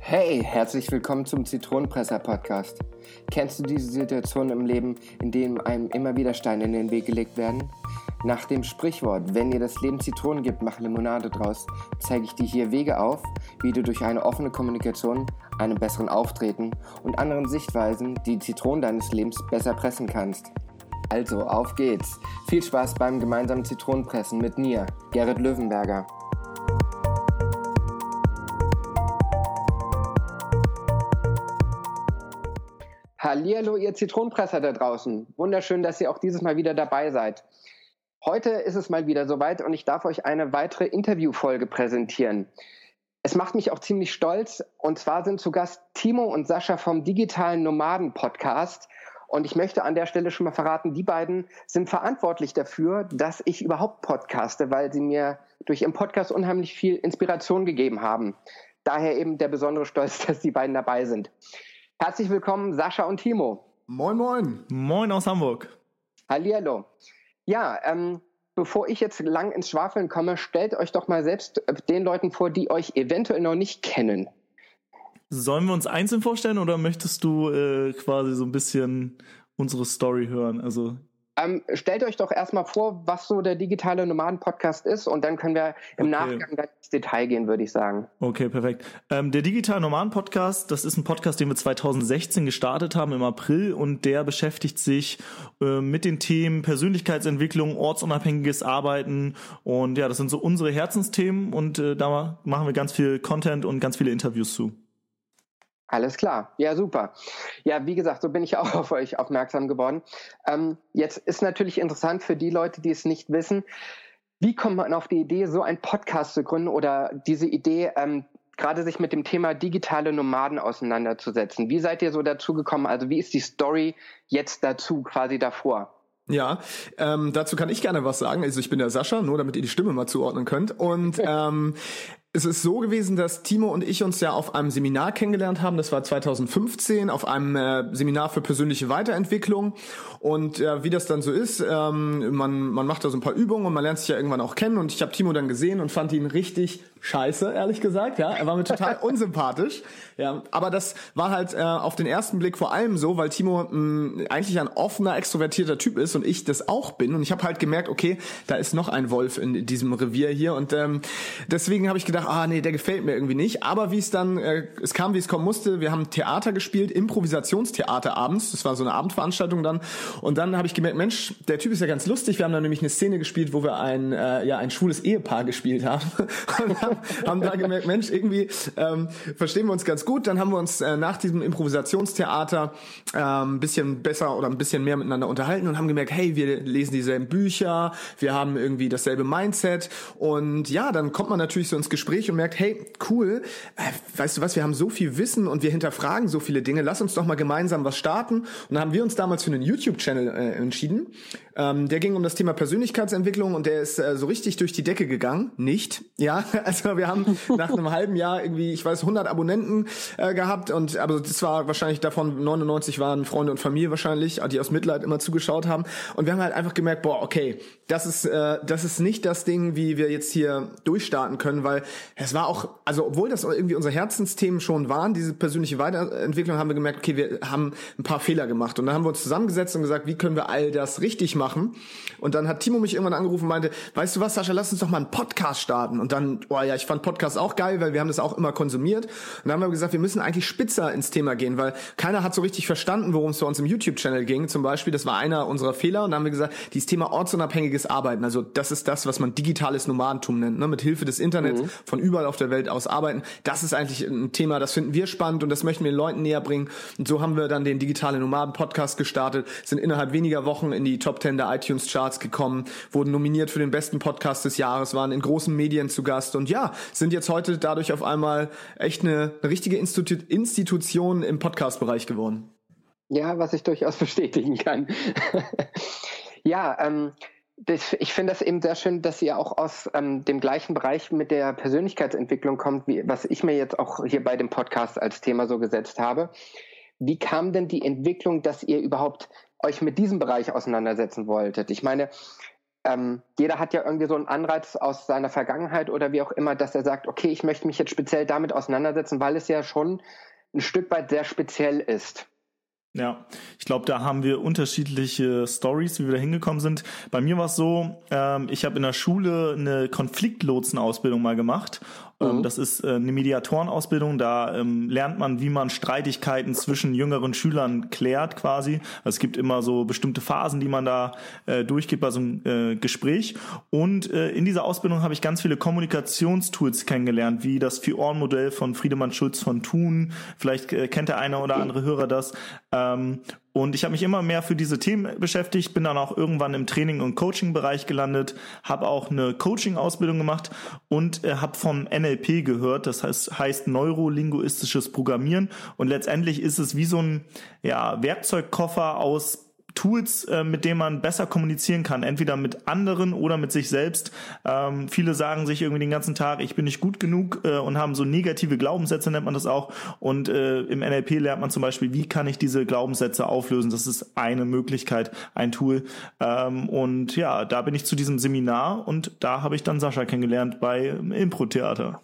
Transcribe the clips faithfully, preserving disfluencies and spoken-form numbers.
Hey, herzlich willkommen zum Zitronenpresser-Podcast. Kennst du diese Situation im Leben, in denen einem immer wieder Steine in den Weg gelegt werden? Nach dem Sprichwort, wenn dir das Leben Zitronen gibt, mach Limonade draus, zeige ich dir hier Wege auf, wie du durch eine offene Kommunikation, einem besseren Auftreten und anderen Sichtweisen die Zitronen deines Lebens besser pressen kannst. Also, auf geht's. Viel Spaß beim gemeinsamen Zitronenpressen mit mir, Gerrit Löwenberger. Hallihallo, ihr Zitronenpresser da draußen. Wunderschön, dass ihr auch dieses Mal wieder dabei seid. Heute ist es mal wieder soweit und ich darf euch eine weitere Interviewfolge präsentieren. Es macht mich auch ziemlich stolz, und zwar sind zu Gast Timo und Sascha vom Digitalen Nomaden Podcast. Und ich möchte an der Stelle schon mal verraten, die beiden sind verantwortlich dafür, dass ich überhaupt podcaste, weil sie mir durch ihren Podcast unheimlich viel Inspiration gegeben haben. Daher eben der besondere Stolz, dass die beiden dabei sind. Herzlich willkommen, Sascha und Timo. Moin, moin. Moin aus Hamburg. Hallihallo. Ja, ähm, bevor ich jetzt lang ins Schwafeln komme, stellt euch doch mal selbst den Leuten vor, die euch eventuell noch nicht kennen. Sollen wir uns einzeln vorstellen oder möchtest du äh, quasi so ein bisschen unsere Story hören? Also Ähm, stellt euch doch erstmal vor, was so der digitale Nomaden-Podcast ist, und dann können wir im Okay. Nachgang dann ins Detail gehen, würde ich sagen. Okay, perfekt. Ähm, der Digitale Nomaden Podcast, das ist ein Podcast, den wir zwanzig sechzehn gestartet haben im April, und der beschäftigt sich äh, mit den Themen Persönlichkeitsentwicklung, ortsunabhängiges Arbeiten, und ja, das sind so unsere Herzensthemen, und äh, da machen wir ganz viel Content und ganz viele Interviews zu. Alles klar, ja super. Ja, wie gesagt, so bin ich auch auf euch aufmerksam geworden. Ähm, jetzt ist natürlich interessant für die Leute, die es nicht wissen, wie kommt man auf die Idee, so einen Podcast zu gründen, oder diese Idee, ähm, gerade sich mit dem Thema digitale Nomaden auseinanderzusetzen? Wie seid ihr so dazu gekommen? Also wie ist die Story jetzt dazu, quasi davor? Ja, ähm, dazu kann ich gerne was sagen. Also ich bin der Sascha, nur damit ihr die Stimme mal zuordnen könnt. Und ähm, es ist so gewesen, dass Timo und ich uns ja auf einem Seminar kennengelernt haben. Das war zwanzig fünfzehn, auf einem äh, Seminar für persönliche Weiterentwicklung. Und äh, wie das dann so ist, ähm, man man macht da so ein paar Übungen und man lernt sich ja irgendwann auch kennen. Und ich habe Timo dann gesehen und fand ihn richtig scheiße, ehrlich gesagt. Ja, er war mir total unsympathisch. Ja, aber das war halt äh, auf den ersten Blick vor allem so, weil Timo mh, eigentlich ein offener, extrovertierter Typ ist und ich das auch bin. Und ich habe halt gemerkt, okay, da ist noch ein Wolf in diesem Revier hier. Und ähm, deswegen habe ich gedacht, ah nee, der gefällt mir irgendwie nicht. Aber wie es dann, äh, es kam, wie es kommen musste. Wir haben Theater gespielt, Improvisationstheater abends. Das war so eine Abendveranstaltung dann. Und dann habe ich gemerkt, Mensch, der Typ ist ja ganz lustig. Wir haben dann nämlich eine Szene gespielt, wo wir ein äh, ja ein schwules Ehepaar gespielt haben. Und haben, haben da gemerkt, Mensch, irgendwie ähm, verstehen wir uns ganz gut. Dann haben wir uns äh, nach diesem Improvisationstheater äh, ein bisschen besser oder ein bisschen mehr miteinander unterhalten und haben gemerkt, hey, wir lesen dieselben Bücher, wir haben irgendwie dasselbe Mindset. Und ja, dann kommt man natürlich so ins Gespräch und merkt, hey, cool, äh, weißt du was, wir haben so viel Wissen und wir hinterfragen so viele Dinge, lass uns doch mal gemeinsam was starten. Und dann haben wir uns damals für einen YouTube-Channel äh, entschieden. Ähm, der ging um das Thema Persönlichkeitsentwicklung und der ist äh, so richtig durch die Decke gegangen. Nicht, ja, also wir haben nach einem halben Jahr irgendwie, ich weiß, hundert Abonnenten äh, gehabt, und aber das war wahrscheinlich davon, neunundneunzig waren Freunde und Familie wahrscheinlich, die aus Mitleid immer zugeschaut haben. Und wir haben halt einfach gemerkt, boah, okay, das ist äh, das ist nicht das Ding, wie wir jetzt hier durchstarten können, weil es war auch, also obwohl das irgendwie unsere Herzensthemen schon waren, diese persönliche Weiterentwicklung, haben wir gemerkt, okay, wir haben ein paar Fehler gemacht. Und dann haben wir uns zusammengesetzt und gesagt, wie können wir all das richtig machen? Und dann hat Timo mich irgendwann angerufen und meinte, weißt du was, Sascha, lass uns doch mal einen Podcast starten. Und dann, oh ja, ich fand Podcasts auch geil, weil wir haben das auch immer konsumiert. Und dann haben wir gesagt, wir müssen eigentlich spitzer ins Thema gehen, weil keiner hat so richtig verstanden, worum es bei uns im YouTube-Channel ging. Zum Beispiel, das war einer unserer Fehler. Und dann haben wir gesagt, dieses Thema ortsunabhängiges Arbeiten, also das ist das, was man digitales Nomadentum nennt, ne? Mit Hilfe des Internets mhm. von überall auf der Welt aus arbeiten. Das ist eigentlich ein Thema, das finden wir spannend und das möchten wir den Leuten näher bringen. Und so haben wir dann den Digitale Nomaden Podcast gestartet, sind innerhalb weniger Wochen in die Top Ten der iTunes Charts gekommen, wurden nominiert für den besten Podcast des Jahres, waren in großen Medien zu Gast und ja, sind jetzt heute dadurch auf einmal echt eine, eine richtige Institu- Institution im Podcast-Bereich geworden. Ja, was ich durchaus bestätigen kann. Ja, ähm, das, ich finde das eben sehr schön, dass ihr auch aus ähm, dem gleichen Bereich mit der Persönlichkeitsentwicklung kommt, wie, was ich mir jetzt auch hier bei dem Podcast als Thema so gesetzt habe. Wie kam denn die Entwicklung, dass ihr überhaupt euch mit diesem Bereich auseinandersetzen wolltet? Ich meine, ähm, jeder hat ja irgendwie so einen Anreiz aus seiner Vergangenheit oder wie auch immer, dass er sagt, okay, ich möchte mich jetzt speziell damit auseinandersetzen, weil es ja schon ein Stück weit sehr speziell ist. Ja, ich glaube, da haben wir unterschiedliche Stories, wie wir da hingekommen sind. Bei mir war es so, ähm, ich habe in der Schule eine Konfliktlotsenausbildung mal gemacht. Mhm. Das ist äh, eine Mediatorenausbildung, da ähm, lernt man, wie man Streitigkeiten zwischen jüngeren Schülern klärt quasi. Also es gibt immer so bestimmte Phasen, die man da äh, durchgeht bei so einem äh, Gespräch. Und äh, in dieser Ausbildung habe ich ganz viele Kommunikationstools kennengelernt, wie das Vier-Ohren-Modell von Friedemann Schulz von Thun. Vielleicht äh, kennt der eine oder andere Hörer das. Ähm, Und ich habe mich immer mehr für diese Themen beschäftigt, bin dann auch irgendwann im Training- und Coaching-Bereich gelandet, habe auch eine Coaching-Ausbildung gemacht und äh, habe vom N L P gehört, das heißt, heißt neurolinguistisches Programmieren. Und letztendlich ist es wie so ein ja, Werkzeugkoffer aus Tools, äh, mit denen man besser kommunizieren kann, entweder mit anderen oder mit sich selbst. Ähm, viele sagen sich irgendwie den ganzen Tag, ich bin nicht gut genug äh, und haben so negative Glaubenssätze, nennt man das auch. Und äh, im N L P lernt man zum Beispiel, wie kann ich diese Glaubenssätze auflösen. Das ist eine Möglichkeit, ein Tool. Ähm, und ja, da bin ich zu diesem Seminar und da habe ich dann Sascha kennengelernt bei Impro-Theater.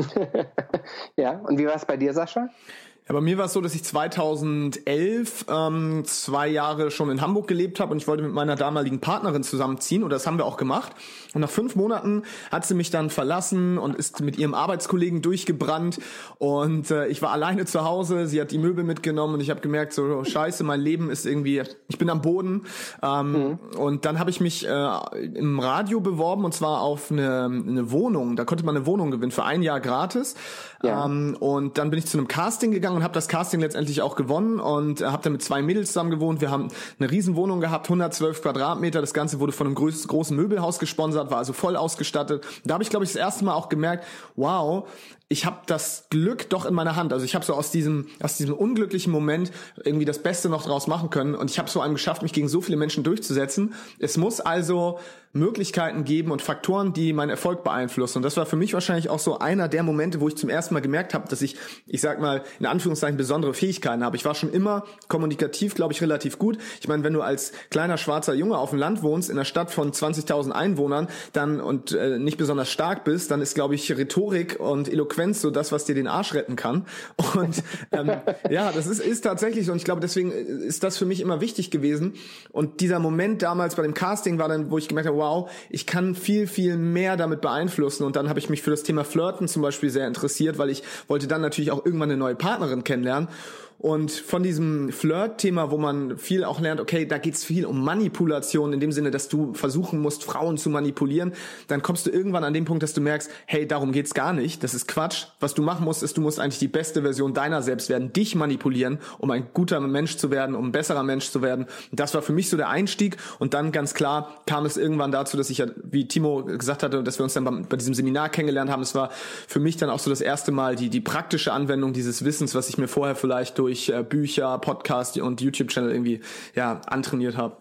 Ja, und wie war es bei dir, Sascha? Ja, bei mir war es so, dass ich zweitausendelf ähm, zwei Jahre schon in Hamburg gelebt habe und ich wollte mit meiner damaligen Partnerin zusammenziehen und das haben wir auch gemacht. Und nach fünf Monaten hat sie mich dann verlassen und ist mit ihrem Arbeitskollegen durchgebrannt und äh, ich war alleine zu Hause. Sie hat die Möbel mitgenommen und ich habe gemerkt, so scheiße, mein Leben ist irgendwie, ich bin am Boden. Ähm, mhm. Und dann habe ich mich äh, im Radio beworben und zwar auf eine, eine Wohnung. Da konnte man eine Wohnung gewinnen für ein Jahr gratis. Ja. Ähm, und dann bin ich zu einem Casting gegangen und habe das Casting letztendlich auch gewonnen und äh, habe dann mit zwei Mädels zusammen gewohnt. Wir haben eine Riesenwohnung gehabt, hundertzwölf Quadratmeter. Das Ganze wurde von einem groß, großen Möbelhaus gesponsert, war also voll ausgestattet. Da habe ich, glaube ich, das erste Mal auch gemerkt, wow, ich habe das Glück doch in meiner Hand. Also ich habe so aus diesem aus diesem unglücklichen Moment irgendwie das Beste noch draus machen können und ich habe so einem geschafft, mich gegen so viele Menschen durchzusetzen. Es muss also Möglichkeiten geben und Faktoren, die meinen Erfolg beeinflussen. Und das war für mich wahrscheinlich auch so einer der Momente, wo ich zum ersten Mal gemerkt habe, dass ich, ich sag mal, in Anführungszeichen besondere Fähigkeiten habe. Ich war schon immer kommunikativ, glaube ich, relativ gut. Ich meine, wenn du als kleiner schwarzer Junge auf dem Land wohnst, in einer Stadt von zwanzigtausend Einwohnern, dann und äh, nicht besonders stark bist, dann ist, glaube ich, Rhetorik und Eloquenz so das, was dir den Arsch retten kann. Und ähm, ja, das ist, ist tatsächlich so. Und ich glaube, deswegen ist das für mich immer wichtig gewesen. Und dieser Moment damals bei dem Casting war dann, wo ich gemerkt habe, wow, ich kann viel, viel mehr damit beeinflussen. Und dann habe ich mich für das Thema Flirten zum Beispiel sehr interessiert, weil ich wollte dann natürlich auch irgendwann eine neue Partnerin kennenlernen. Und von diesem Flirt-Thema, wo man viel auch lernt, okay, da geht's viel um Manipulation, in dem Sinne, dass du versuchen musst, Frauen zu manipulieren, dann kommst du irgendwann an den Punkt, dass du merkst, hey, darum geht's gar nicht, das ist Quatsch. Was du machen musst, ist, du musst eigentlich die beste Version deiner selbst werden, dich manipulieren, um ein guter Mensch zu werden, um ein besserer Mensch zu werden. Und das war für mich so der Einstieg. Und dann ganz klar kam es irgendwann dazu, dass ich ja, wie Timo gesagt hatte, dass wir uns dann bei, bei diesem Seminar kennengelernt haben. Es war für mich dann auch so das erste Mal die, die praktische Anwendung dieses Wissens, was ich mir vorher vielleicht durch durch äh, Bücher, Podcast und YouTube-Channel irgendwie ja antrainiert habe.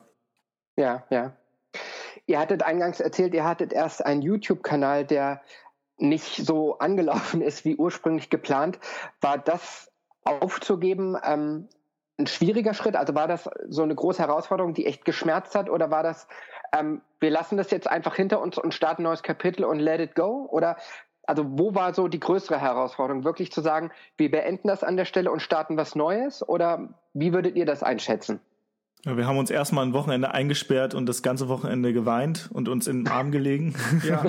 Ja, ja. Ihr hattet eingangs erzählt, ihr hattet erst einen YouTube-Kanal, der nicht so angelaufen ist wie ursprünglich geplant. War das aufzugeben ähm, ein schwieriger Schritt? Also war das so eine große Herausforderung, die echt geschmerzt hat? Oder war das, ähm, wir lassen das jetzt einfach hinter uns und starten ein neues Kapitel und let it go? Oder also wo war so die größere Herausforderung? Wirklich zu sagen, wir beenden das an der Stelle und starten was Neues? Oder wie würdet ihr das einschätzen? Ja, wir haben uns erstmal ein Wochenende eingesperrt und das ganze Wochenende geweint und uns in den Arm gelegen. Ja.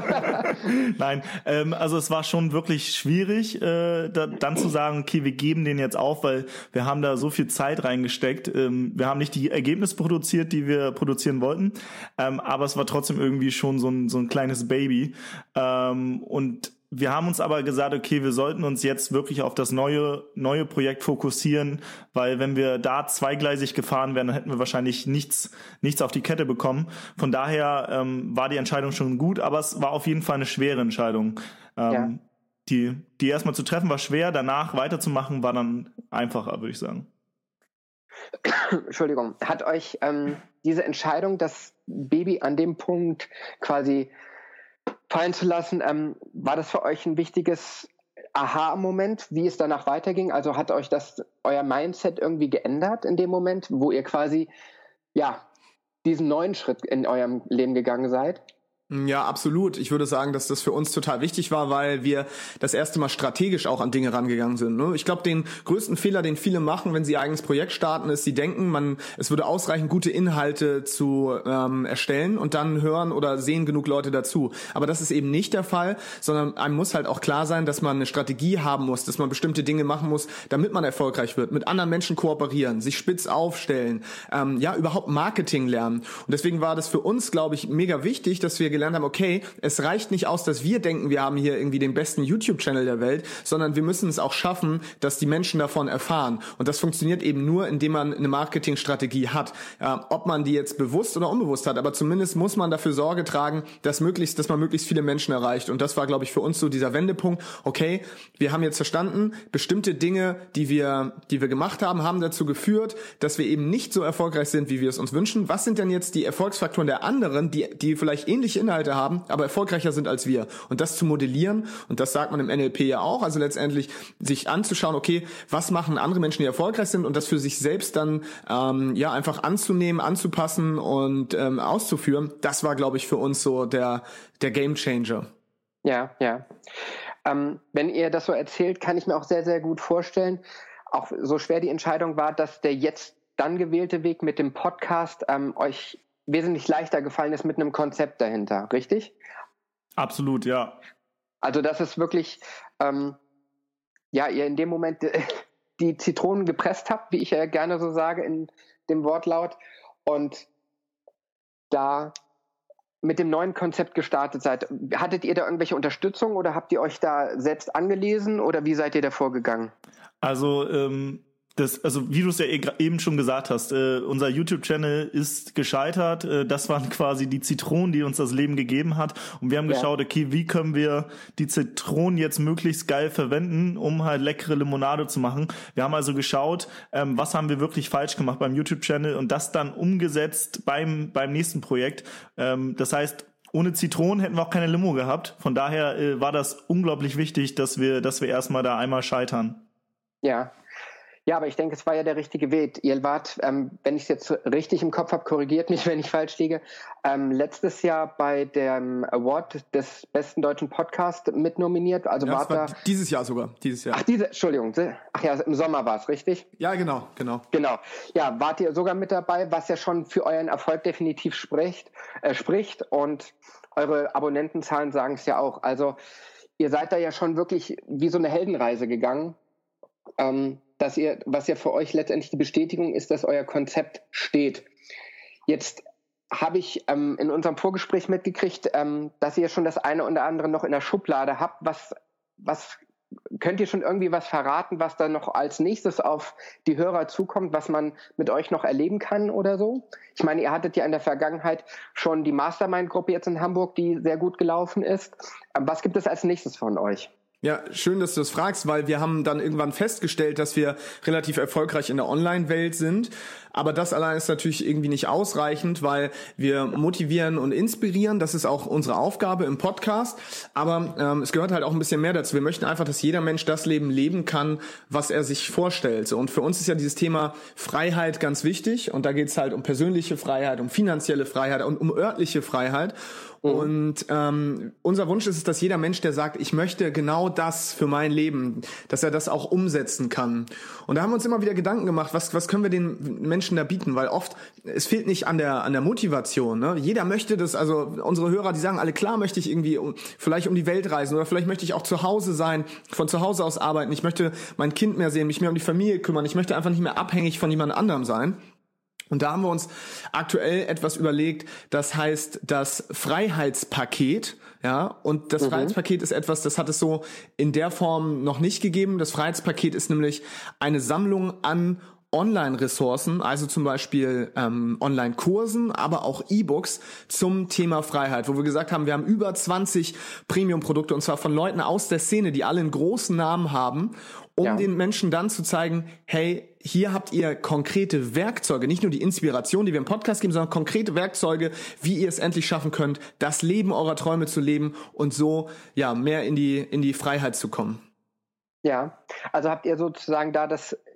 Nein, ähm, also es war schon wirklich schwierig, äh, da, dann zu sagen, okay, wir geben den jetzt auf, weil wir haben da so viel Zeit reingesteckt. Ähm, wir haben nicht die Ergebnisse produziert, die wir produzieren wollten, ähm, aber es war trotzdem irgendwie schon so ein, so ein kleines Baby. Ähm, und wir haben uns aber gesagt, okay, wir sollten uns jetzt wirklich auf das neue neue Projekt fokussieren, weil wenn wir da zweigleisig gefahren wären, dann hätten wir wahrscheinlich nichts nichts auf die Kette bekommen. Von daher ähm, war die Entscheidung schon gut, aber es war auf jeden Fall eine schwere Entscheidung. Ähm, ja. Die die erstmal zu treffen war schwer, danach weiterzumachen war dann einfacher, würde ich sagen. Entschuldigung, hat euch ähm, diese Entscheidung, das Baby an dem Punkt quasi fallen zu lassen, ähm, war das für euch ein wichtiges Aha-Moment, wie es danach weiterging? Also hat euch das euer Mindset irgendwie geändert in dem Moment, wo ihr quasi ja diesen neuen Schritt in eurem Leben gegangen seid? Ja, absolut. Ich würde sagen, dass das für uns total wichtig war, weil wir das erste Mal strategisch auch an Dinge rangegangen sind. Ne? Ich glaube, den größten Fehler, den viele machen, wenn sie ihr eigenes Projekt starten, ist, sie denken, man, es würde ausreichen, gute Inhalte zu ähm, erstellen und dann hören oder sehen genug Leute dazu. Aber das ist eben nicht der Fall, sondern einem muss halt auch klar sein, dass man eine Strategie haben muss, dass man bestimmte Dinge machen muss, damit man erfolgreich wird, mit anderen Menschen kooperieren, sich spitz aufstellen, ähm, ja, überhaupt Marketing lernen. Und deswegen war das für uns, glaube ich, mega wichtig, dass wir gelernt haben, okay, es reicht nicht aus, dass wir denken, wir haben hier irgendwie den besten YouTube-Channel der Welt, sondern wir müssen es auch schaffen, dass die Menschen davon erfahren. Und das funktioniert eben nur, indem man eine Marketingstrategie hat. Ja, ob man die jetzt bewusst oder unbewusst hat, aber zumindest muss man dafür Sorge tragen, dass möglichst, dass man möglichst viele Menschen erreicht. Und das war, glaube ich, für uns so dieser Wendepunkt. Okay, wir haben jetzt verstanden, bestimmte Dinge, die wir, die wir gemacht haben, haben dazu geführt, dass wir eben nicht so erfolgreich sind, wie wir es uns wünschen. Was sind denn jetzt die Erfolgsfaktoren der anderen, die, die vielleicht ähnliche Inhalte haben, aber erfolgreicher sind als wir. Und das zu modellieren, und das sagt man im N L P ja auch, also letztendlich sich anzuschauen, okay, was machen andere Menschen, die erfolgreich sind, und das für sich selbst dann ähm, ja einfach anzunehmen, anzupassen und ähm, auszuführen, das war, glaube ich, für uns so der, der Gamechanger. Ja, ja. Ähm, wenn ihr das so erzählt, kann ich mir auch sehr, sehr gut vorstellen, auch so schwer die Entscheidung war, dass der jetzt dann gewählte Weg mit dem Podcast ähm, euch wesentlich leichter gefallen ist mit einem Konzept dahinter, richtig? Absolut, ja. Also das ist wirklich, ähm, ja, ihr in dem Moment die Zitronen gepresst habt, wie ich ja gerne so sage in dem Wortlaut, und da mit dem neuen Konzept gestartet seid. Hattet ihr da irgendwelche Unterstützung oder habt ihr euch da selbst angelesen oder wie seid ihr da vorgegangen? Also, ähm, Das, also wie du es ja eben schon gesagt hast, äh, unser YouTube-Channel ist gescheitert. Äh, das waren quasi die Zitronen, die uns das Leben gegeben hat. Und wir haben ja. geschaut, okay, wie können wir die Zitronen jetzt möglichst geil verwenden, um halt leckere Limonade zu machen. Wir haben also geschaut, ähm, was haben wir wirklich falsch gemacht beim YouTube-Channel und das dann umgesetzt beim beim nächsten Projekt. Ähm, das heißt, ohne Zitronen hätten wir auch keine Limo gehabt. Von daher äh, war das unglaublich wichtig, dass wir, dass wir erstmal da einmal scheitern. Ja. Ja, aber ich denke, es war ja der richtige Weg. Ihr wart, ähm, wenn ich es jetzt richtig im Kopf habe, korrigiert mich, wenn ich falsch liege, ähm, letztes Jahr bei dem Award des besten deutschen Podcasts mitnominiert. Also ja, wart war da dieses Jahr sogar. Dieses Jahr. Ach, diese, Entschuldigung. Ach ja, im Sommer war es, richtig? Ja, genau, genau. Genau. Ja, wart ihr sogar mit dabei, was ja schon für euren Erfolg definitiv spricht, äh, spricht. Und eure Abonnentenzahlen sagen es ja auch. Also ihr seid da ja schon wirklich wie so eine Heldenreise gegangen. Ähm, dass ihr, was ja für euch letztendlich die Bestätigung ist, dass euer Konzept steht. Jetzt habe ich ähm, in unserem Vorgespräch mitgekriegt, ähm, dass ihr schon das eine oder andere noch in der Schublade habt. Was, was könnt ihr schon irgendwie was verraten, was da noch als nächstes auf die Hörer zukommt, was man mit euch noch erleben kann oder so? Ich meine, ihr hattet ja in der Vergangenheit schon die Mastermind-Gruppe jetzt in Hamburg, die sehr gut gelaufen ist. Ähm, was gibt es als nächstes von euch? Ja, schön, dass du das fragst, weil wir haben dann irgendwann festgestellt, dass wir relativ erfolgreich in der Online-Welt sind. Aber das allein ist natürlich irgendwie nicht ausreichend, weil wir motivieren und inspirieren. Das ist auch unsere Aufgabe im Podcast. Aber ähm, es gehört halt auch ein bisschen mehr dazu. Wir möchten einfach, dass jeder Mensch das Leben leben kann, was er sich vorstellt. Und für uns ist ja dieses Thema Freiheit ganz wichtig. Und da geht es halt um persönliche Freiheit, um finanzielle Freiheit und um örtliche Freiheit. Mhm. Und ähm, unser Wunsch ist es, dass jeder Mensch, der sagt, ich möchte genau das für mein Leben, dass er das auch umsetzen kann. Und da haben wir uns immer wieder Gedanken gemacht, was was können wir den Menschen da bieten, weil oft, es fehlt nicht an der an der Motivation. Ne? Jeder möchte das, also unsere Hörer, die sagen alle, klar möchte ich irgendwie um, vielleicht um die Welt reisen oder vielleicht möchte ich auch zu Hause sein, von zu Hause aus arbeiten, ich möchte mein Kind mehr sehen, mich mehr um die Familie kümmern, ich möchte einfach nicht mehr abhängig von jemand anderem sein. Und da haben wir uns aktuell etwas überlegt, das heißt das Freiheitspaket, ja, und das mhm. Freiheitspaket ist etwas, das hat es so in der Form noch nicht gegeben. Das Freiheitspaket ist nämlich eine Sammlung an Online-Ressourcen, also zum Beispiel ähm, Online-Kursen, aber auch E-Books zum Thema Freiheit, wo wir gesagt haben, wir haben über zwanzig Premium-Produkte und zwar von Leuten aus der Szene, die alle einen großen Namen haben, um ja. den Menschen dann zu zeigen, hey, hier habt ihr konkrete Werkzeuge, nicht nur die Inspiration, die wir im Podcast geben, sondern konkrete Werkzeuge, wie ihr es endlich schaffen könnt, das Leben eurer Träume zu leben und so ja mehr in die in die Freiheit zu kommen. Ja, also habt ihr sozusagen da das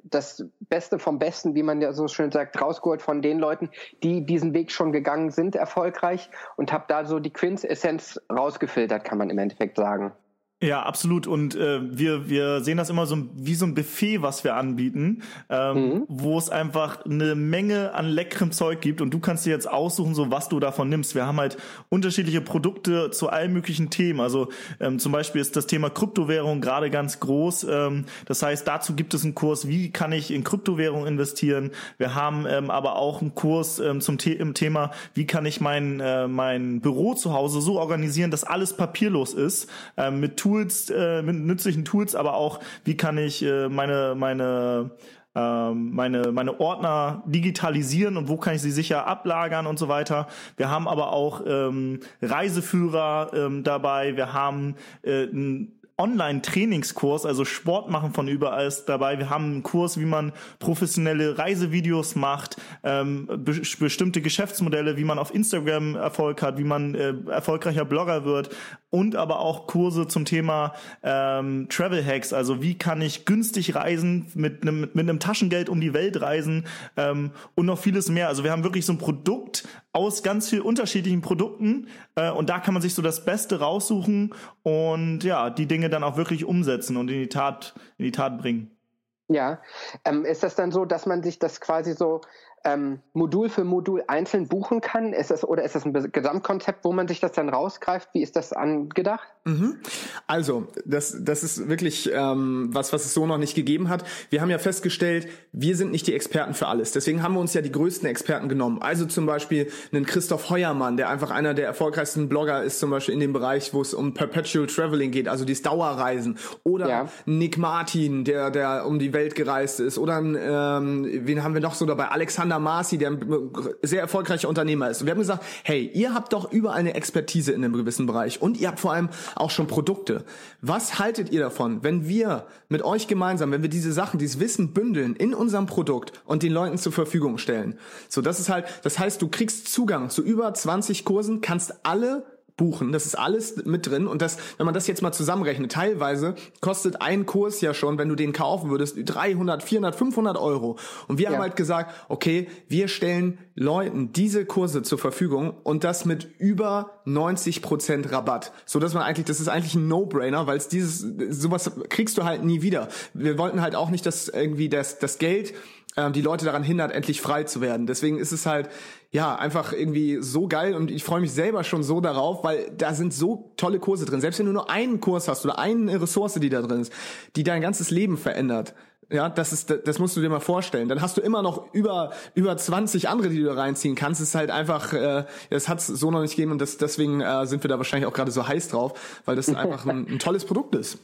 das Beste vom Besten, wie man ja so schön sagt, rausgeholt von den Leuten, die diesen Weg schon gegangen sind, erfolgreich, und habe da so die Quintessenz rausgefiltert, kann man im Endeffekt sagen. Ja, absolut. Und äh, wir wir sehen das immer so wie so ein Buffet, was wir anbieten, ähm, mhm. wo es einfach eine Menge an leckerem Zeug gibt und du kannst dir jetzt aussuchen, so was du davon nimmst. Wir haben halt unterschiedliche Produkte zu allen möglichen Themen. Also ähm, zum Beispiel ist das Thema Kryptowährung gerade ganz groß. Ähm, das heißt, dazu gibt es einen Kurs, wie kann ich in Kryptowährung investieren. Wir haben ähm, aber auch einen Kurs ähm, zum The- im Thema, wie kann ich mein äh, mein Büro zu Hause so organisieren, dass alles papierlos ist, äh, mit Tools Tools, äh, mit nützlichen Tools, aber auch, wie kann ich äh, meine meine ähm, meine meine Ordner digitalisieren und wo kann ich sie sicher ablagern und so weiter. Wir haben aber auch ähm, Reiseführer ähm, dabei. Wir haben äh, ein Online-Trainingskurs, also Sport machen von überall ist dabei. Wir haben einen Kurs, wie man professionelle Reisevideos macht, ähm, be- bestimmte Geschäftsmodelle, wie man auf Instagram Erfolg hat, wie man äh, erfolgreicher Blogger wird, und aber auch Kurse zum Thema ähm, Travel Hacks, also wie kann ich günstig reisen, mit einem mit einem Taschengeld um die Welt reisen, ähm, und noch vieles mehr. Also wir haben wirklich so ein Produkt aus ganz vielen unterschiedlichen Produkten, äh, und da kann man sich so das Beste raussuchen und ja, die Dinge dann auch wirklich umsetzen und in die Tat, in die Tat bringen. Ja, ähm, ist das dann so, dass man sich das quasi so ähm, Modul für Modul einzeln buchen kann? Ist das, oder ist das ein Gesamtkonzept, wo man sich das dann rausgreift? Wie ist das angedacht? Mhm. Also, das, das ist wirklich ähm, was, was es so noch nicht gegeben hat. Wir haben ja festgestellt, wir sind nicht die Experten für alles. Deswegen haben wir uns ja die größten Experten genommen. Also zum Beispiel einen Christoph Heuermann, der einfach einer der erfolgreichsten Blogger ist, zum Beispiel in dem Bereich, wo es um Perpetual Traveling geht, also dieses Dauerreisen. Oder ja. Nick Martin, der, der um die Welt gereist ist. Oder ähm, wen haben wir noch so dabei? Alexander Marcy, der ein sehr erfolgreicher Unternehmer ist. Und wir haben gesagt, hey, ihr habt doch überall eine Expertise in einem gewissen Bereich und ihr habt vor allem auch schon Produkte. Was haltet ihr davon, wenn wir mit euch gemeinsam, wenn wir diese Sachen, dieses Wissen bündeln in unserem Produkt und den Leuten zur Verfügung stellen? So, das ist halt, das heißt, du kriegst Zugang zu über zwanzig Kursen, kannst alle buchen, das ist alles mit drin, und das, wenn man das jetzt mal zusammenrechnet, teilweise kostet ein Kurs ja schon, wenn du den kaufen würdest, dreihundert, vierhundert, fünfhundert Euro, und wir ja. haben halt gesagt, okay, wir stellen Leuten diese Kurse zur Verfügung und das mit über neunzig Prozent Rabatt, so dass man eigentlich, das ist eigentlich ein No-Brainer, weil es dieses, sowas kriegst du halt nie wieder. Wir wollten halt auch nicht, dass irgendwie das, das Geld die Leute daran hindert, endlich frei zu werden. Deswegen ist es halt, ja, einfach irgendwie so geil, und ich freue mich selber schon so darauf, weil da sind so tolle Kurse drin. Selbst wenn du nur einen Kurs hast oder eine Ressource, die da drin ist, die dein ganzes Leben verändert, ja, das ist, das musst du dir mal vorstellen. Dann hast du immer noch über über zwanzig andere, die du da reinziehen kannst. Es ist halt einfach, äh, das hat's so noch nicht gegeben, und das, deswegen äh, sind wir da wahrscheinlich auch gerade so heiß drauf, weil das einfach ein, ein tolles Produkt ist.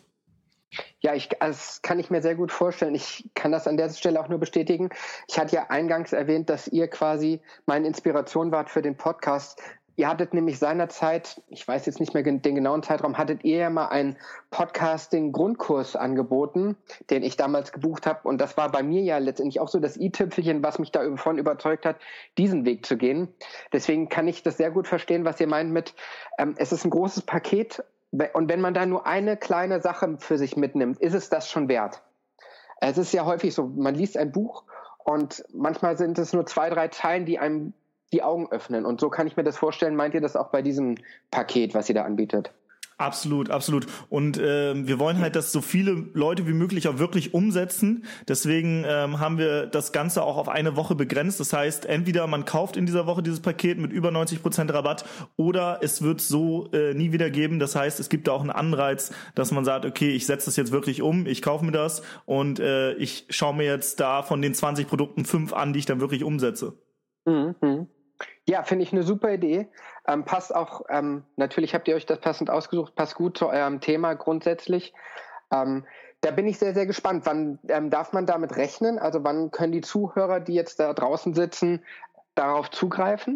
Ja, ich, das kann ich mir sehr gut vorstellen. Ich kann das an der Stelle auch nur bestätigen. Ich hatte ja eingangs erwähnt, dass ihr quasi meine Inspiration wart für den Podcast. Ihr hattet nämlich seinerzeit, ich weiß jetzt nicht mehr den genauen Zeitraum, hattet ihr ja mal einen Podcasting-Grundkurs angeboten, den ich damals gebucht habe. Und das war bei mir ja letztendlich auch so das i-Tüpfelchen, was mich davon überzeugt hat, diesen Weg zu gehen. Deswegen kann ich das sehr gut verstehen, was ihr meint mit, ähm, es ist ein großes Paket. Und wenn man da nur eine kleine Sache für sich mitnimmt, ist es das schon wert. Es ist ja häufig so, man liest ein Buch und manchmal sind es nur zwei, drei Zeilen, die einem die Augen öffnen. Und so kann ich mir das vorstellen. Meint ihr das auch bei diesem Paket, was ihr da anbietet? Absolut, absolut. Und äh, wir wollen halt, dass so viele Leute wie möglich auch wirklich umsetzen. Deswegen ähm, haben wir das Ganze auch auf eine Woche begrenzt. Das heißt, entweder man kauft in dieser Woche dieses Paket mit über neunzig Prozent Rabatt, oder es wird so äh, nie wieder geben. Das heißt, es gibt da auch einen Anreiz, dass man sagt, okay, ich setze das jetzt wirklich um, ich kaufe mir das und äh, ich schaue mir jetzt da von den zwanzig Produkten fünf an, die ich dann wirklich umsetze. Mhm. Ja, finde ich eine super Idee. Ähm, passt auch, ähm, natürlich habt ihr euch das passend ausgesucht, passt gut zu eurem Thema grundsätzlich. Ähm, da bin ich sehr, sehr gespannt. Wann ähm, darf man damit rechnen? Also wann können die Zuhörer, die jetzt da draußen sitzen, darauf zugreifen?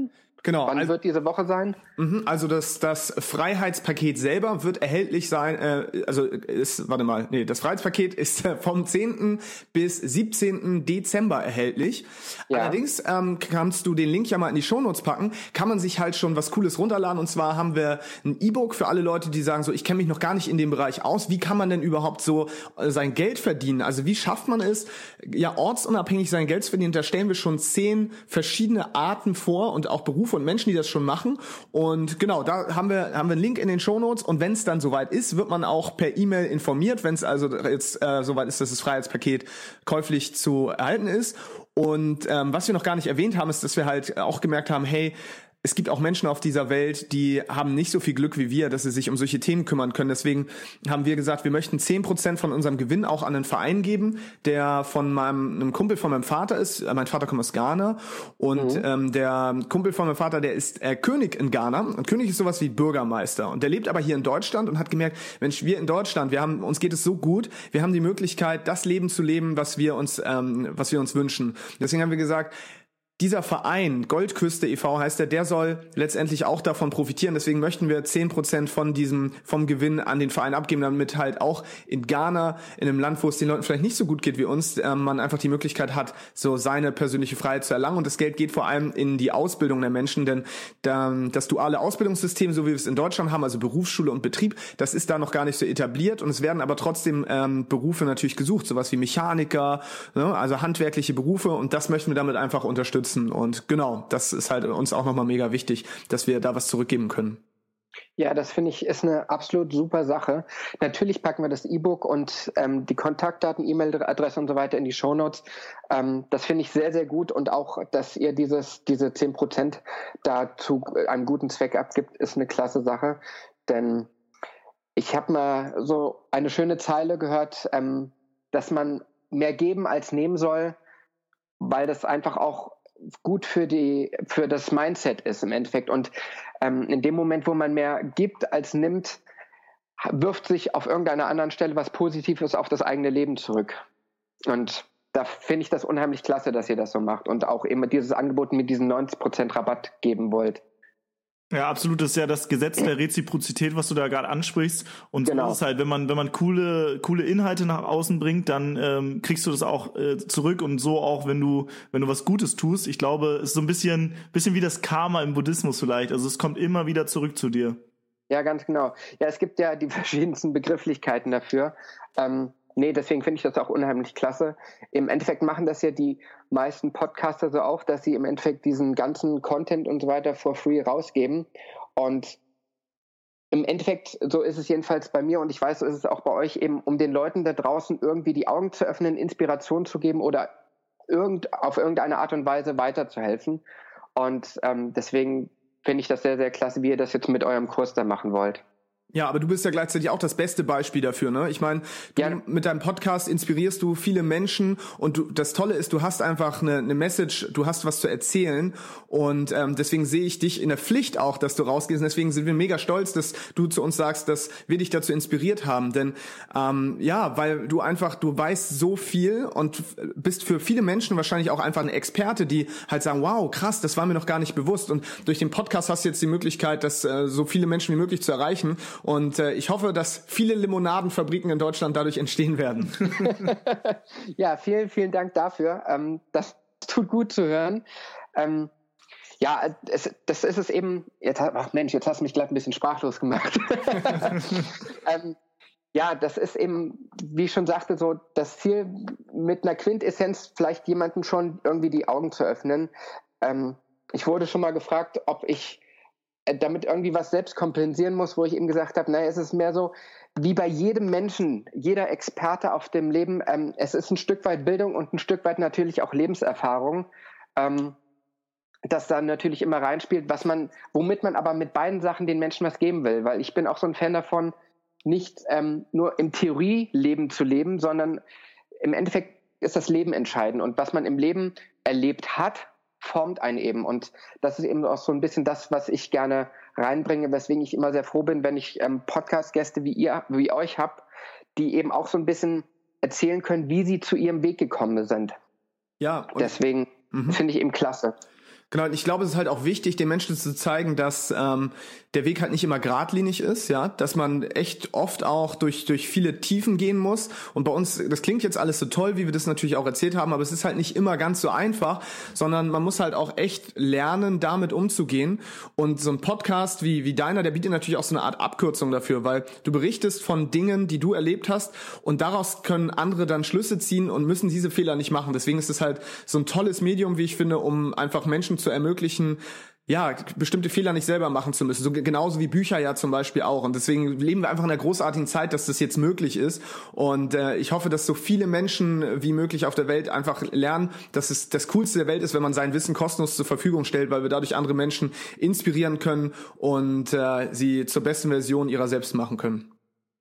Genau. Wann also, wird diese Woche sein? Also das, das Freiheitspaket selber wird erhältlich sein, äh, also ist, warte mal, nee, das Freiheitspaket ist äh, vom zehnten bis siebzehnten Dezember erhältlich. Ja. Allerdings ähm, kannst du den Link ja mal in die Shownotes packen, kann man sich halt schon was Cooles runterladen, und zwar haben wir ein E-Book für alle Leute, die sagen so, ich kenne mich noch gar nicht in dem Bereich aus, wie kann man denn überhaupt so äh, sein Geld verdienen, also wie schafft man es, ja ortsunabhängig sein Geld zu verdienen. Da stellen wir schon zehn verschiedene Arten vor und auch Berufe und Menschen, die das schon machen. Und genau, da haben wir haben wir einen Link in den Shownotes, und wenn es dann soweit ist, wird man auch per E-Mail informiert, wenn es also jetzt äh, soweit ist, dass das Freiheitspaket käuflich zu erhalten ist. Und ähm, was wir noch gar nicht erwähnt haben, ist, dass wir halt auch gemerkt haben, hey, es gibt auch Menschen auf dieser Welt, die haben nicht so viel Glück wie wir, dass sie sich um solche Themen kümmern können. Deswegen haben wir gesagt, wir möchten zehn Prozent von unserem Gewinn auch an einen Verein geben, der von meinem einem Kumpel von meinem Vater ist. Mein Vater kommt aus Ghana, und mhm. ähm, der Kumpel von meinem Vater, der ist äh, König in Ghana. Und König ist sowas wie Bürgermeister. Und der lebt aber hier in Deutschland und hat gemerkt, Mensch, wir in Deutschland, wir haben uns geht es so gut, wir haben die Möglichkeit, das Leben zu leben, was wir uns ähm, was wir uns wünschen. Deswegen haben wir gesagt, dieser Verein, Goldküste e V heißt der, der soll letztendlich auch davon profitieren. Deswegen möchten wir zehn Prozent von diesem, vom Gewinn an den Verein abgeben, damit halt auch in Ghana, in einem Land, wo es den Leuten vielleicht nicht so gut geht wie uns, äh, man einfach die Möglichkeit hat, so seine persönliche Freiheit zu erlangen. Und das Geld geht vor allem in die Ausbildung der Menschen, denn da, das duale Ausbildungssystem, so wie wir es in Deutschland haben, also Berufsschule und Betrieb, das ist da noch gar nicht so etabliert, und es werden aber trotzdem ähm, Berufe natürlich gesucht, sowas wie Mechaniker, ne, also handwerkliche Berufe, und das möchten wir damit einfach unterstützen. Und genau, das ist halt uns auch nochmal mega wichtig, dass wir da was zurückgeben können. Ja, das finde ich ist eine absolut super Sache. Natürlich packen wir das E-Book und ähm, die Kontaktdaten, E-Mail-Adresse und so weiter in die Shownotes. Ähm, das finde ich sehr, sehr gut, und auch, dass ihr dieses diese zehn Prozent da zu einem guten Zweck abgibt, ist eine klasse Sache. Denn ich habe mal so eine schöne Zeile gehört, ähm, dass man mehr geben als nehmen soll, weil das einfach auch gut für die für das Mindset ist im Endeffekt. Und ähm, in dem Moment, wo man mehr gibt als nimmt, wirft sich auf irgendeiner anderen Stelle was Positives auf das eigene Leben zurück. Und da finde ich das unheimlich klasse, dass ihr das so macht und auch eben dieses Angebot mit diesen neunzig Prozent Rabatt geben wollt. Ja, absolut. Das ist ja das Gesetz der Reziprozität, was du da gerade ansprichst. Und genau. So ist es halt, wenn man wenn man coole coole Inhalte nach außen bringt, dann ähm, kriegst du das auch äh, zurück, und so auch, wenn du wenn du was Gutes tust. Ich glaube, es ist so ein bisschen bisschen wie das Karma im Buddhismus vielleicht. Also es kommt immer wieder zurück zu dir. Ja, ganz genau. Ja, es gibt ja die verschiedensten Begrifflichkeiten dafür. Ähm, Nee, deswegen finde ich das auch unheimlich klasse. Im Endeffekt machen das ja die meisten Podcaster so auch, dass sie im Endeffekt diesen ganzen Content und so weiter for free rausgeben. Und im Endeffekt, so ist es jedenfalls bei mir, und ich weiß, so ist es auch bei euch, eben um den Leuten da draußen irgendwie die Augen zu öffnen, Inspiration zu geben oder irgend, auf irgendeine Art und Weise weiterzuhelfen. Und ähm, deswegen finde ich das sehr, sehr klasse, wie ihr das jetzt mit eurem Kurs da machen wollt. Ja, aber du bist ja gleichzeitig auch das beste Beispiel dafür, ne? Ich meine, du, ja. mit deinem Podcast inspirierst du viele Menschen, und du, das Tolle ist, du hast einfach eine, eine Message, du hast was zu erzählen, und ähm, deswegen sehe ich dich in der Pflicht auch, dass du rausgehst, und deswegen sind wir mega stolz, dass du zu uns sagst, dass wir dich dazu inspiriert haben, denn ähm, ja, weil du einfach, du weißt so viel und bist für viele Menschen wahrscheinlich auch einfach eine Experte, die halt sagen, wow, krass, das war mir noch gar nicht bewusst, und durch den Podcast hast du jetzt die Möglichkeit, das äh, so viele Menschen wie möglich zu erreichen. Und äh, ich hoffe, dass viele Limonadenfabriken in Deutschland dadurch entstehen werden. Ja, vielen, vielen Dank dafür. Ähm, das tut gut zu hören. Ähm, ja, es, das ist es eben. Jetzt, ach Mensch, jetzt hast du mich gleich ein bisschen sprachlos gemacht. ähm, ja, das ist eben, wie ich schon sagte, so das Ziel, mit einer Quintessenz vielleicht jemandem schon irgendwie die Augen zu öffnen. Ähm, ich wurde schon mal gefragt, ob ich damit irgendwie was selbst kompensieren muss, wo ich eben gesagt habe, naja, es ist mehr so, wie bei jedem Menschen, jeder Experte auf dem Leben, ähm, es ist ein Stück weit Bildung und ein Stück weit natürlich auch Lebenserfahrung, ähm, das dann natürlich immer reinspielt, was man, womit man aber mit beiden Sachen den Menschen was geben will, weil ich bin auch so ein Fan davon, nicht ähm, nur im Theorieleben zu leben, sondern im Endeffekt ist das Leben entscheidend, und was man im Leben erlebt hat, formt einen eben, und das ist eben auch so ein bisschen das, was ich gerne reinbringe, weswegen ich immer sehr froh bin, wenn ich ähm, Podcast-Gäste wie ihr, wie euch habe, die eben auch so ein bisschen erzählen können, wie sie zu ihrem Weg gekommen sind. Ja. Und deswegen mhm. finde ich eben klasse. Genau, und ich glaube, es ist halt auch wichtig, den Menschen zu zeigen, dass ähm, der Weg halt nicht immer geradlinig ist, ja, dass man echt oft auch durch durch viele Tiefen gehen muss. Und bei uns, das klingt jetzt alles so toll, wie wir das natürlich auch erzählt haben, aber es ist halt nicht immer ganz so einfach, sondern man muss halt auch echt lernen, damit umzugehen. Und so ein Podcast wie wie deiner, der bietet natürlich auch so eine Art Abkürzung dafür, weil du berichtest von Dingen, die du erlebt hast, und daraus können andere dann Schlüsse ziehen und müssen diese Fehler nicht machen. Deswegen ist es halt so ein tolles Medium, wie ich finde, um einfach Menschen zu ermöglichen, ja, bestimmte Fehler nicht selber machen zu müssen. So genauso wie Bücher ja zum Beispiel auch. Und deswegen leben wir einfach in einer großartigen Zeit, dass das jetzt möglich ist. Und äh, ich hoffe, dass so viele Menschen wie möglich auf der Welt einfach lernen, dass es das Coolste der Welt ist, wenn man sein Wissen kostenlos zur Verfügung stellt, weil wir dadurch andere Menschen inspirieren können und äh, sie zur besten Version ihrer selbst machen können.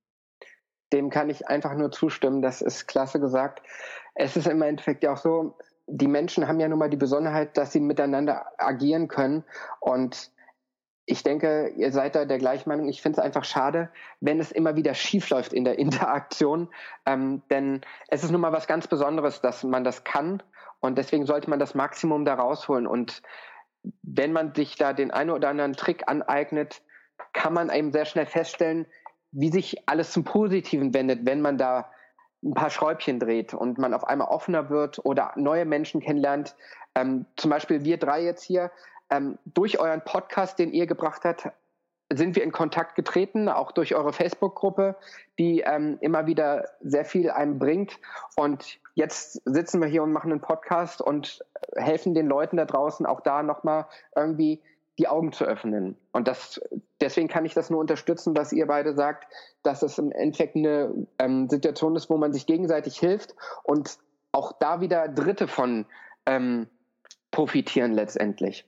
Dem kann ich einfach nur zustimmen. Das ist klasse gesagt. Es ist im Endeffekt ja auch so, die Menschen haben ja nun mal die Besonderheit, dass sie miteinander agieren können. Und ich denke, ihr seid da der gleichen Meinung. Ich finde es einfach schade, wenn es immer wieder schief läuft in der Interaktion. Ähm, denn es ist nun mal was ganz Besonderes, dass man das kann. Und deswegen sollte man das Maximum da rausholen. Und wenn man sich da den einen oder anderen Trick aneignet, kann man eben sehr schnell feststellen, wie sich alles zum Positiven wendet, wenn man da ein paar Schräubchen dreht und man auf einmal offener wird oder neue Menschen kennenlernt. Ähm, zum Beispiel wir drei jetzt hier, ähm, durch euren Podcast, den ihr gebracht habt, sind wir in Kontakt getreten, auch durch eure Facebook-Gruppe, die ähm, immer wieder sehr viel einem bringt. Und jetzt sitzen wir hier und machen einen Podcast und helfen den Leuten da draußen auch da nochmal irgendwie die Augen zu öffnen. Und das, deswegen kann ich das nur unterstützen, was ihr beide sagt, dass es im Endeffekt eine ähm, Situation ist, wo man sich gegenseitig hilft und auch da wieder Dritte von ähm, profitieren letztendlich.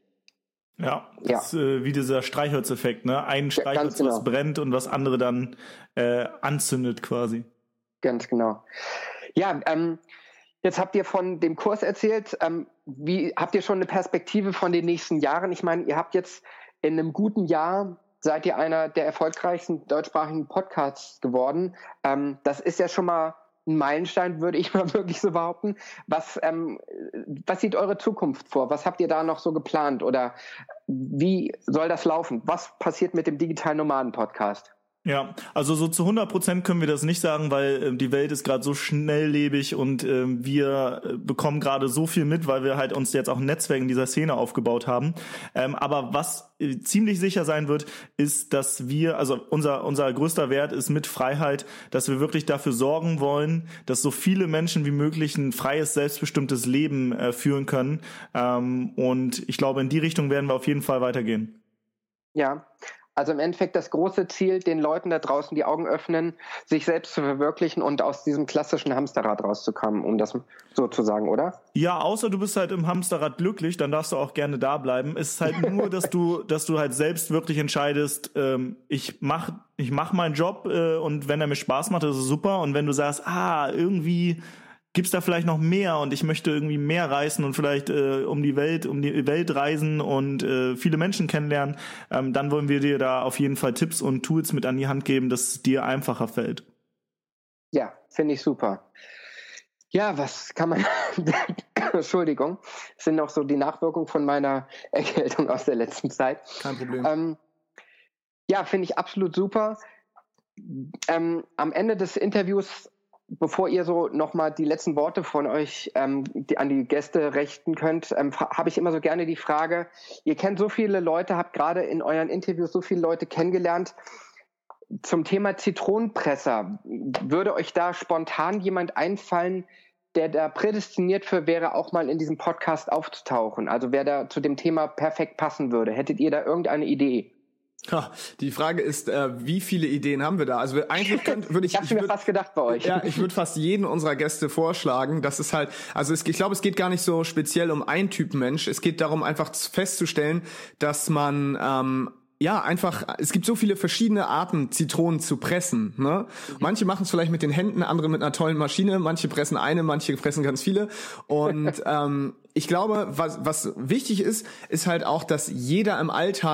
Ja, das ja. ist äh, wie dieser Streichholzeffekt, ne? Ein Streichholz, ja, genau, was brennt und was andere dann äh, anzündet quasi. Ganz genau. Ja, ähm, jetzt habt ihr von dem Kurs erzählt. Ähm, wie habt ihr schon eine Perspektive von den nächsten Jahren? Ich meine, ihr habt jetzt in einem guten Jahr, seid ihr einer der erfolgreichsten deutschsprachigen Podcasts geworden. Ähm, das ist ja schon mal ein Meilenstein, würde ich mal wirklich so behaupten. Was, ähm, was sieht eure Zukunft vor? Was habt ihr da noch so geplant? Oder wie soll das laufen? Was passiert mit dem Digitalen Nomaden-Podcast? Ja, also so zu hundert Prozent können wir das nicht sagen, weil äh, die Welt ist gerade so schnelllebig und äh, wir äh, bekommen gerade so viel mit, weil wir halt uns jetzt auch ein Netzwerk in dieser Szene aufgebaut haben. Ähm, aber was äh, ziemlich sicher sein wird, ist, dass wir, also unser unser größter Wert ist mit Freiheit, dass wir wirklich dafür sorgen wollen, dass so viele Menschen wie möglich ein freies, selbstbestimmtes Leben äh, führen können. Ähm, und ich glaube, in die Richtung werden wir auf jeden Fall weitergehen. Ja. Also im Endeffekt das große Ziel, den Leuten da draußen die Augen öffnen, sich selbst zu verwirklichen und aus diesem klassischen Hamsterrad rauszukommen, um das so zu sagen, oder? Ja, außer du bist halt im Hamsterrad glücklich, dann darfst du auch gerne da bleiben. Es ist halt nur, dass du, dass du halt selbst wirklich entscheidest, ähm, ich mach, ich mach meinen Job äh, und wenn er mir Spaß macht, ist es super. Und wenn du sagst, ah, irgendwie gibt's da vielleicht noch mehr und ich möchte irgendwie mehr reisen und vielleicht äh, um die Welt, um die Welt reisen und äh, viele Menschen kennenlernen, ähm, dann wollen wir dir da auf jeden Fall Tipps und Tools mit an die Hand geben, dass es dir einfacher fällt. Ja, finde ich super. Ja, was kann man... Entschuldigung, das sind auch so die Nachwirkungen von meiner Erkältung aus der letzten Zeit. Kein Problem. Ähm, ja, finde ich absolut super. Ähm, am Ende des Interviews, bevor ihr so nochmal die letzten Worte von euch ähm, die, an die Gäste richten könnt, ähm, habe ich immer so gerne die Frage, ihr kennt so viele Leute, habt gerade in euren Interviews so viele Leute kennengelernt. Zum Thema Zitronenpresser, würde euch da spontan jemand einfallen, der da prädestiniert für wäre, auch mal in diesem Podcast aufzutauchen? Also wer da zu dem Thema perfekt passen würde? Hättet ihr da irgendeine Idee? Ja, die Frage ist, äh, wie viele Ideen haben wir da? Also eigentlich könnte, würde ich, ich, ich mir würd, fast gedacht bei euch. Ja, ich würde fast jeden unserer Gäste vorschlagen. Das ist halt, also es, ich glaube, es geht gar nicht so speziell um einen Typ Mensch. Es geht darum, einfach festzustellen, dass man ähm, ja, einfach, es gibt so viele verschiedene Arten, Zitronen zu pressen, ne? Mhm. Manche machen es vielleicht mit den Händen, andere mit einer tollen Maschine, manche pressen eine, manche pressen ganz viele. Und ähm, ich glaube, was, was wichtig ist, ist halt auch, dass jeder im Alltag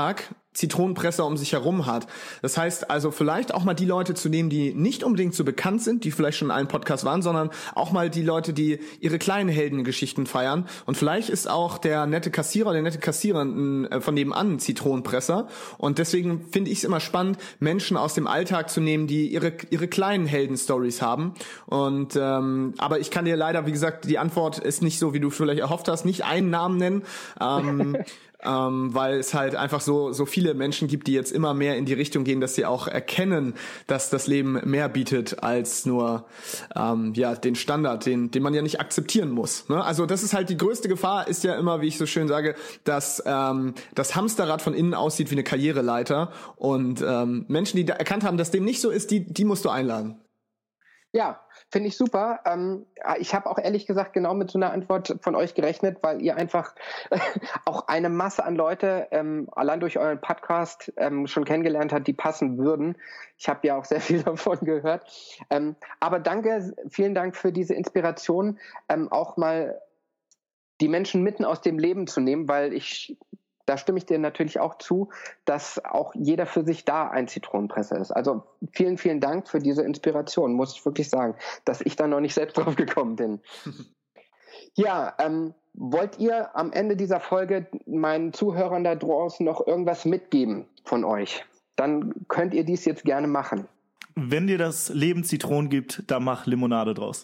Zitronenpresser um sich herum hat. Das heißt also vielleicht auch mal die Leute zu nehmen, die nicht unbedingt so bekannt sind, die vielleicht schon in allen Podcasts waren, sondern auch mal die Leute, die ihre kleinen Heldengeschichten feiern. Und vielleicht ist auch der nette Kassierer, der nette Kassierer ein, von nebenan ein Zitronenpresser. Und deswegen finde ich es immer spannend, Menschen aus dem Alltag zu nehmen, die ihre ihre kleinen Heldenstories haben. Und ähm, aber ich kann dir leider, wie gesagt, die Antwort ist nicht so, wie du vielleicht erhofft hast, nicht einen Namen nennen. Ähm, Ähm, weil es halt einfach so so viele Menschen gibt, die jetzt immer mehr in die Richtung gehen, dass sie auch erkennen, dass das Leben mehr bietet als nur ähm, ja den Standard, den den man ja nicht akzeptieren muss. Ne? Also das ist halt die größte Gefahr, ist ja immer, wie ich so schön sage, dass ähm, das Hamsterrad von innen aussieht wie eine Karriereleiter und ähm, Menschen, die da erkannt haben, dass dem nicht so ist, die die musst du einladen. Ja, finde ich super. Ähm, ich habe auch ehrlich gesagt genau mit so einer Antwort von euch gerechnet, weil ihr einfach auch eine Masse an Leute ähm, allein durch euren Podcast ähm, schon kennengelernt habt, die passen würden. Ich habe ja auch sehr viel davon gehört. Ähm, aber danke, vielen Dank für diese Inspiration, ähm, auch mal die Menschen mitten aus dem Leben zu nehmen, weil ich... Da stimme ich dir natürlich auch zu, dass auch jeder für sich da ein Zitronenpresser ist. Also vielen, vielen Dank für diese Inspiration, muss ich wirklich sagen, dass ich da noch nicht selbst drauf gekommen bin. Ja, ähm, wollt ihr am Ende dieser Folge meinen Zuhörern da draußen noch irgendwas mitgeben von euch? Dann könnt ihr dies jetzt gerne machen. Wenn dir das Leben Zitronen gibt, dann mach Limonade draus.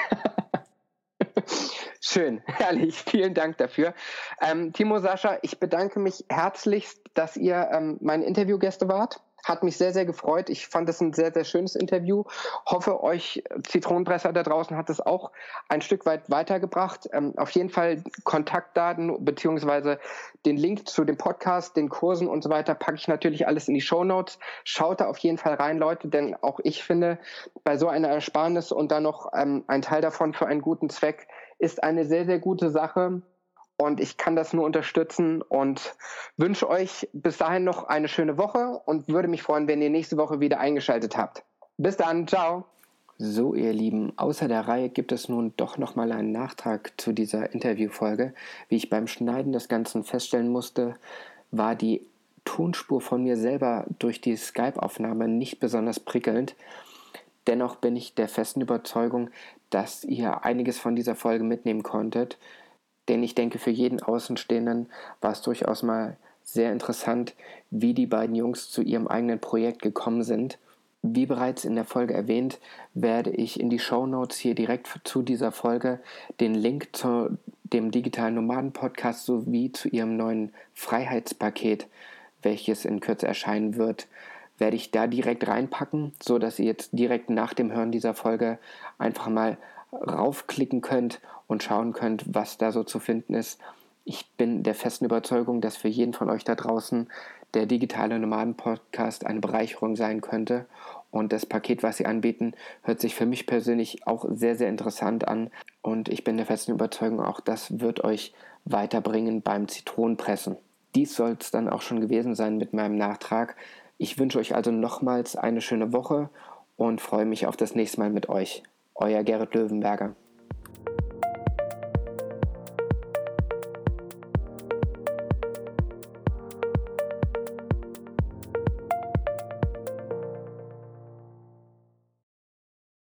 Schön, herrlich, vielen Dank dafür. Ähm, Timo, Sascha, ich bedanke mich herzlichst, dass ihr ähm, meine Interviewgäste wart. Hat mich sehr, sehr gefreut. Ich fand es ein sehr, sehr schönes Interview. Hoffe, euch Zitronenpresser da draußen hat es auch ein Stück weit weitergebracht. Ähm, auf jeden Fall Kontaktdaten beziehungsweise den Link zu dem Podcast, den Kursen und so weiter packe ich natürlich alles in die Shownotes. Schaut da auf jeden Fall rein, Leute, denn auch ich finde, bei so einer Ersparnis und dann noch ähm, ein Teil davon für einen guten Zweck ist eine sehr, sehr gute Sache. Und ich kann das nur unterstützen und wünsche euch bis dahin noch eine schöne Woche und würde mich freuen, wenn ihr nächste Woche wieder eingeschaltet habt. Bis dann, ciao. So, ihr Lieben, außer der Reihe gibt es nun doch nochmal einen Nachtrag zu dieser Interviewfolge. Wie ich beim Schneiden des Ganzen feststellen musste, war die Tonspur von mir selber durch die Skype-Aufnahme nicht besonders prickelnd. Dennoch bin ich der festen Überzeugung, dass ihr einiges von dieser Folge mitnehmen konntet. Denn ich denke, für jeden Außenstehenden war es durchaus mal sehr interessant, wie die beiden Jungs zu ihrem eigenen Projekt gekommen sind. Wie bereits in der Folge erwähnt, werde ich in die Shownotes hier direkt zu dieser Folge den Link zu dem Digitalen Nomaden Podcast sowie zu ihrem neuen Freiheitspaket, welches in Kürze erscheinen wird, werde ich da direkt reinpacken, so dass ihr jetzt direkt nach dem Hören dieser Folge einfach mal raufklicken könnt und schauen könnt, was da so zu finden ist. Ich bin der festen Überzeugung, dass für jeden von euch da draußen der Digitale Nomaden Podcast eine Bereicherung sein könnte. Und das Paket, was sie anbieten, hört sich für mich persönlich auch sehr, sehr interessant an. Und ich bin der festen Überzeugung, auch das wird euch weiterbringen beim Zitronenpressen. Dies soll es dann auch schon gewesen sein mit meinem Nachtrag. Ich wünsche euch also nochmals eine schöne Woche und freue mich auf das nächste Mal mit euch. Euer Gerrit Löwenberger.